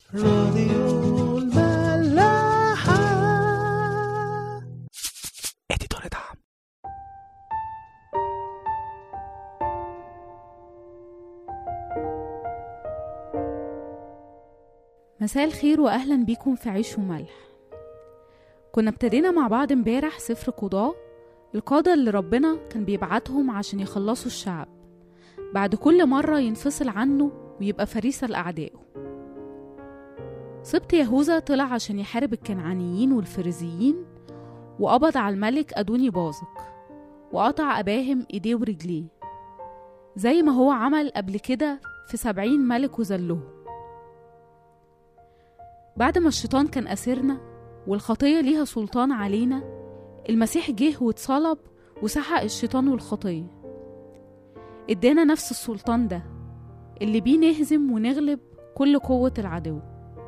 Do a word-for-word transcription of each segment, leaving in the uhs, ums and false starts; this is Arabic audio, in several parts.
راديو الملاحة. اديتور دعم. مساء الخير واهلا بيكم في عيش وملح. كنا ابتدينا مع بعض امبارح سفر قضاء، القادة اللي ربنا كان بيبعتهم عشان يخلصوا الشعب بعد كل مرة ينفصل عنه ويبقى فريسة لأعدائه. سبط يهوذا طلع عشان يحارب الكنعانيين والفريزيين، وقبض على الملك أدوني بازق وقطع أباهم إيديه ورجليه زي ما هو عمل قبل كده في سبعين ملك وذلهم. بعد ما الشيطان كان أسرنا والخطية ليها سلطان علينا، المسيح جه واتصلب وسحق الشيطان والخطية، ادانا نفس السلطان ده اللي بيه نهزم ونغلب كل قوة العدو.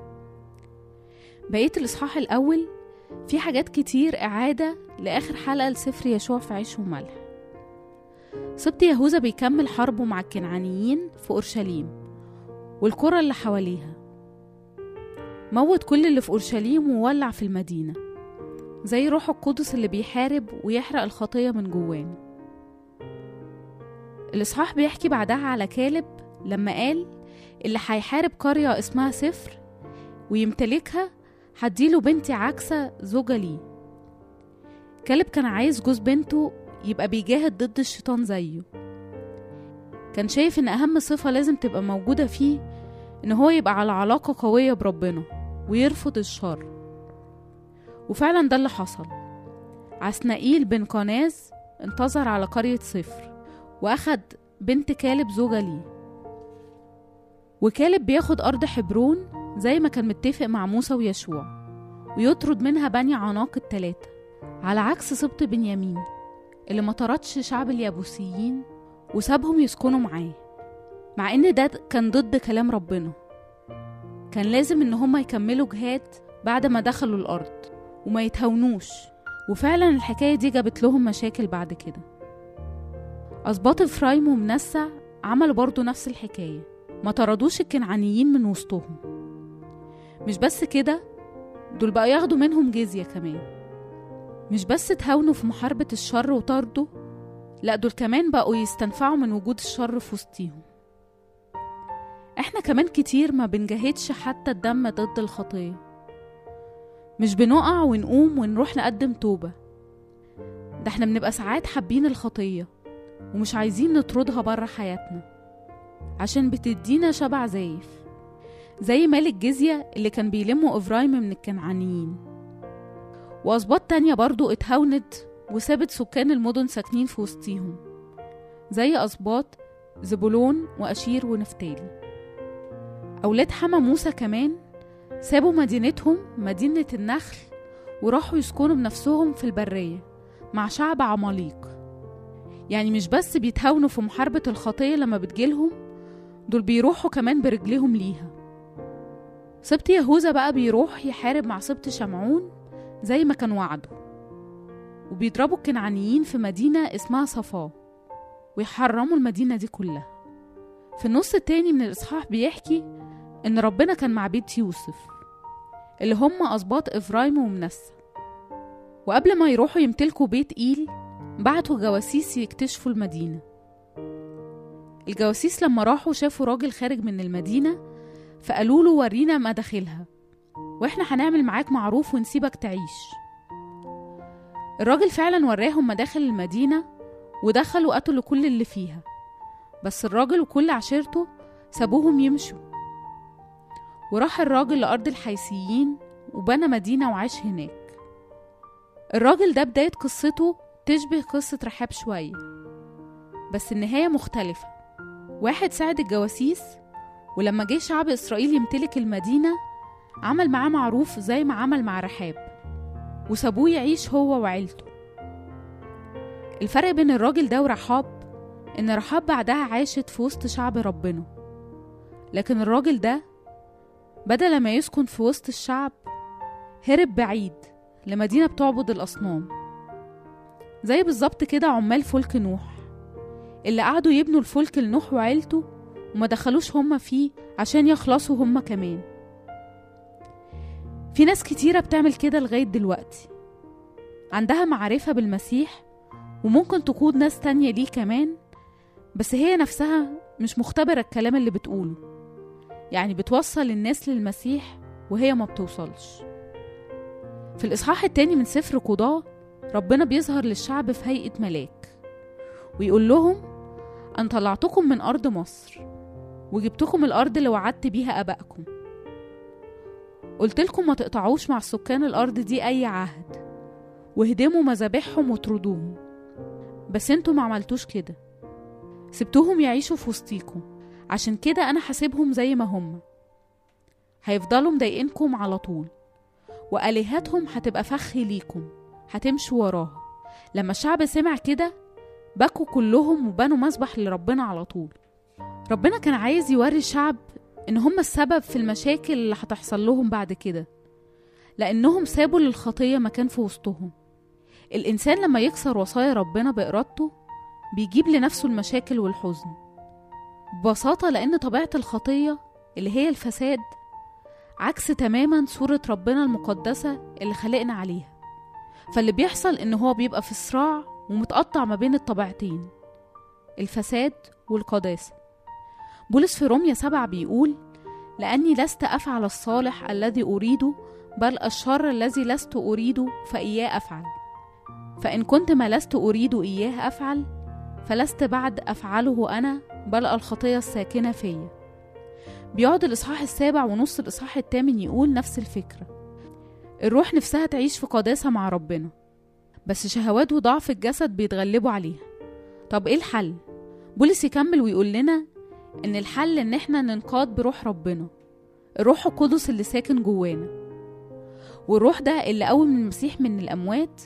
بقية الإصحاح الأول في حاجات كتير إعادة لآخر حلقة لسفر يشوع في عيش وملح. سبط يهوذا بيكمل حربه مع الكنعانيين في أورشليم والقرى اللي حواليها، موت كل اللي في أورشليم وولع في المدينة زي روح القدس اللي بيحارب ويحرق الخطية من جوانا. الإصحاح بيحكي بعدها على كالب لما قال اللي هيحارب قرية اسمها سفر ويمتلكها هديله بنتي عكسة زوجة ليه. كالب كان عايز جوز بنته يبقى بيجاهد ضد الشيطان زيه، كان شايف ان اهم صفة لازم تبقى موجودة فيه ان هو يبقى على علاقة قوية بربنا ويرفض الشر. وفعلا ده اللي حصل. عسنائيل بن قناز انتظر على قرية صفر واخد بنت كالب زوجة ليه، وكالب بياخد أرض حبرون زي ما كان متفق مع موسى ويشوع ويطرد منها بني عناق التلاتة، على عكس سبط بنيامين اللي ما طردش شعب اليابوسيين وسابهم يسكنوا معاه، مع ان ده كان ضد كلام ربنا. كان لازم ان هما يكملوا جهاد بعد ما دخلوا الأرض وما يتهونوش، وفعلا الحكاية دي جابت لهم مشاكل بعد كده. أسباط إفرايم ومنسى عملوا برضو نفس الحكاية، ما طردوش الكنعانيين من وسطهم. مش بس كده، دول بقى ياخدوا منهم جزية كمان. مش بس تهاونوا في محاربة الشر وطردوا، لا دول كمان بقوا يستنفعوا من وجود الشر في وسطيهم. احنا كمان كتير ما بنجاهدش حتى الدم ضد الخطية، مش بنقع ونقوم ونروح نقدم توبة، ده احنا بنبقى ساعات حابين الخطية ومش عايزين نطردها برا حياتنا عشان بتدينا شبع زايف، زي مالك جزية اللي كان بيلموا إفرايم من الكنعانيين. وأسباط تانية برضو اتهاونت وسابت سكان المدن ساكنين في وسطيهم، زي أسباط زبولون وأشير ونفتالي. أولاد حما موسى كمان سابوا مدينتهم مدينة النخل وراحوا يسكنوا بنفسهم في البرية مع شعب عماليق. يعني مش بس بيتهاونوا في محاربة الخطية لما بتجيلهم، دول بيروحوا كمان برجلهم ليها. سبط يهوذا بقى بيروح يحارب مع سبط شمعون زي ما كان وعده، وبيضربوا الكنعانيين في مدينة اسمها صفا ويحرموا المدينة دي كلها. في النص التاني من الإصحاح بيحكي إن ربنا كان مع بيت يوسف اللي هم أسباط إفرايم ومنسى، وقبل ما يروحوا يمتلكوا بيت إيل بعتوا جواسيس يكتشفوا المدينة. الجواسيس لما راحوا شافوا راجل خارج من المدينة، فقالوا له ورينا مداخلها واحنا هنعمل معاك معروف ونسيبك تعيش. الراجل فعلا وراهم مداخل المدينة ودخلوا قتلوا كل اللي فيها، بس الراجل وكل عشيرته سابوهم يمشوا. وراح الراجل لأرض الحيثيين وبنى مدينة وعاش هناك. الراجل ده بداية قصته تشبه قصة رحاب شوية، بس النهاية مختلفة. واحد ساعد الجواسيس، ولما جه شعب إسرائيل يمتلك المدينة عمل معاه معروف زي ما عمل مع رحاب وسابوه يعيش هو وعيلته. الفرق بين الراجل ده ورحاب إن رحاب بعدها عاشت في وسط شعب ربنا، لكن الراجل ده بدل ما يسكن في وسط الشعب هرب بعيد لمدينة بتعبد الأصنام. زي بالظبط كده عمال فلك نوح اللي قعدوا يبنوا الفلك لنوح وعيلته وما دخلوش هما فيه عشان يخلصوا هما كمان. في ناس كتيرة بتعمل كده لغاية دلوقتي، عندها معرفة بالمسيح وممكن تقود ناس تانية ليه كمان، بس هي نفسها مش مختبرة الكلام اللي بتقوله، يعني بتوصل الناس للمسيح وهي ما بتوصلش. في الإصحاح التاني من سفر قضاة ربنا بيظهر للشعب في هيئة ملاك ويقول لهم: أن طلعتكم من أرض مصر وجبتكم الأرض اللي وعدت بيها أبائكم. قلت لكم ما تقطعوش مع سكان الأرض دي أي عهد، وهدموا مذابحهم وطردوهم، بس انتوا ما عملتوش كده، سبتوهم يعيشوا في وسطيكم. عشان كده أنا حاسبهم زي ما هم، هيفضلوا مضايقينكم على طول، وآلهتهم هتبقى فخ ليكم هتمشوا وراها. لما الشعب سمع كده بكوا كلهم وبنوا مسبح لربنا على طول. ربنا كان عايز يوري الشعب إن هم السبب في المشاكل اللي هتحصل لهم بعد كده، لأنهم سابوا للخطية مكان في وسطهم. الإنسان لما يكسر وصايا ربنا بإرادته بيجيب لنفسه المشاكل والحزن ببساطة، لأن طبيعة الخطية اللي هي الفساد عكس تماما صورة ربنا المقدسة اللي خلقنا عليها. فاللي بيحصل إن هو بيبقى في صراع ومتقطع ما بين الطبيعتين، الفساد والقداسة. بولس في رومية سبعة بيقول: لأني لست أفعل الصالح الذي أريده، بل الشر الذي لست أريده فإياه أفعل. فإن كنت ما لست أريد إياه أفعل، فلست بعد أفعله أنا، بل الخطية الساكنة فيا. بيقعد الإصحاح السابع ونص الإصحاح الثامن يقول نفس الفكرة. الروح نفسها تعيش في قداسة مع ربنا، بس شهوات وضعف الجسد بيتغلبوا عليها. طب إيه الحل؟ بولس يكمل ويقول لنا إن الحل إن إحنا ننقاد بروح ربنا، الروح القدس اللي ساكن جوانا. والروح ده اللي قوم المسيح من الأموات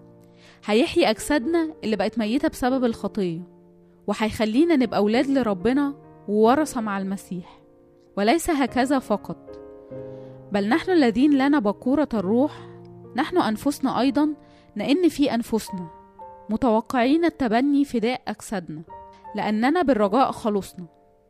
هيحيي أجسادنا اللي بقت ميتة بسبب الخطية، وهيخلينا نبقى أولاد لربنا وورثة مع المسيح. وليس هكذا فقط، بل نحن الذين لنا بكورة الروح، نحن أنفسنا أيضا نئن في أنفسنا متوقعين التبني فداء أجسادنا، لأننا بالرجاء خلصنا.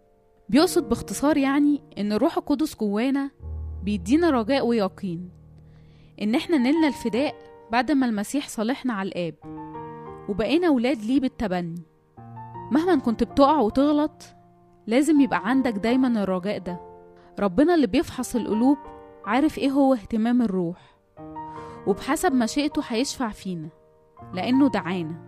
بيقصد باختصار يعني إن الروح القدس جوانا بيدينا رجاء ويقين إن إحنا نلنا الفداء بعد ما المسيح صالحنا على الآب وبقينا أولاد ليه بالتبني. مهما كنت بتقع وتغلط لازم يبقى عندك دايما الرجاء ده. ربنا اللي بيفحص القلوب عارف إيه هو اهتمام الروح، وبحسب مشيئته هيشفع فينا، لأنه دعانا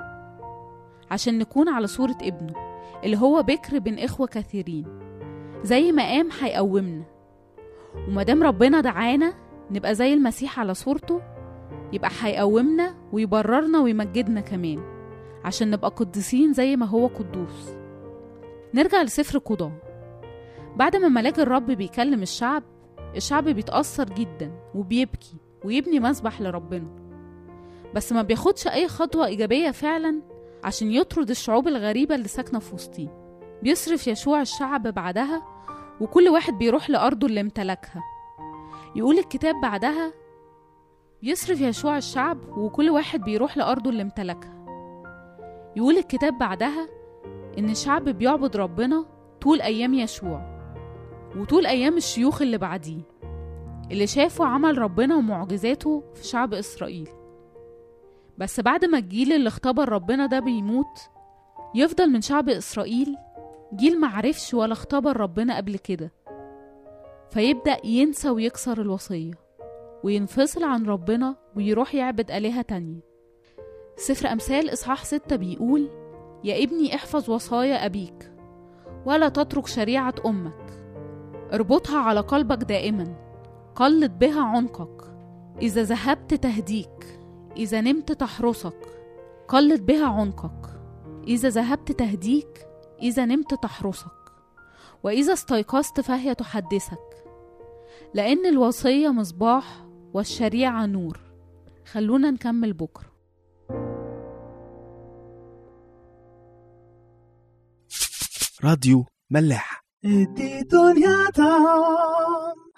عشان نكون على صورة ابنه اللي هو بكر بين إخوة كثيرين. زي ما قام هيقومنا، ومادام ربنا دعانا نبقى زي المسيح على صورته، يبقى هيقومنا ويبررنا ويمجدنا كمان عشان نبقى قديسين زي ما هو قدوس. نرجع لسفر قضاة. بعد ما ملاك الرب بيكلم الشعب، الشعب بيتأثر جدا وبيبكي ويبني مسبح لربنا، بس ما بياخدش أي خطوة إيجابية فعلا عشان يطرد الشعوب الغريبة اللي ساكنة في وسطيه. بيصرف يشوع الشعب بعدها، وكل واحد بيروح لأرضه اللي امتلكها. يقول الكتاب بعدها: يصرف يشوع الشعب وكل واحد بيروح لأرضه اللي امتلكها. يقول الكتاب بعدها إن الشعب بيعبد ربنا طول أيام يشوع وطول أيام الشيوخ اللي بعديه اللي شافوا عمل ربنا ومعجزاته في شعب إسرائيل. بس بعد ما الجيل اللي اختبر ربنا ده بيموت، يفضل من شعب إسرائيل جيل معرفش ولا اختبر ربنا قبل كده، فيبدأ ينسى ويكسر الوصية وينفصل عن ربنا ويروح يعبد آلهة تانية. سفر أمثال إصحاح ستة بيقول: يا ابني احفظ وصايا أبيك ولا تترك شريعة أمك، اربطها على قلبك دائما، قلد بها عنقك، إذا ذهبت تهديك، إذا نمت تحرسك. قلد بها عنقك، إذا ذهبت تهديك، إذا نمت تحرسك، وإذا استيقظت فهي تحدثك، لأن الوصية مصباح والشريعة نور. خلونا نكمل بكرة. راديو ملاح. ادي دنيا طعم.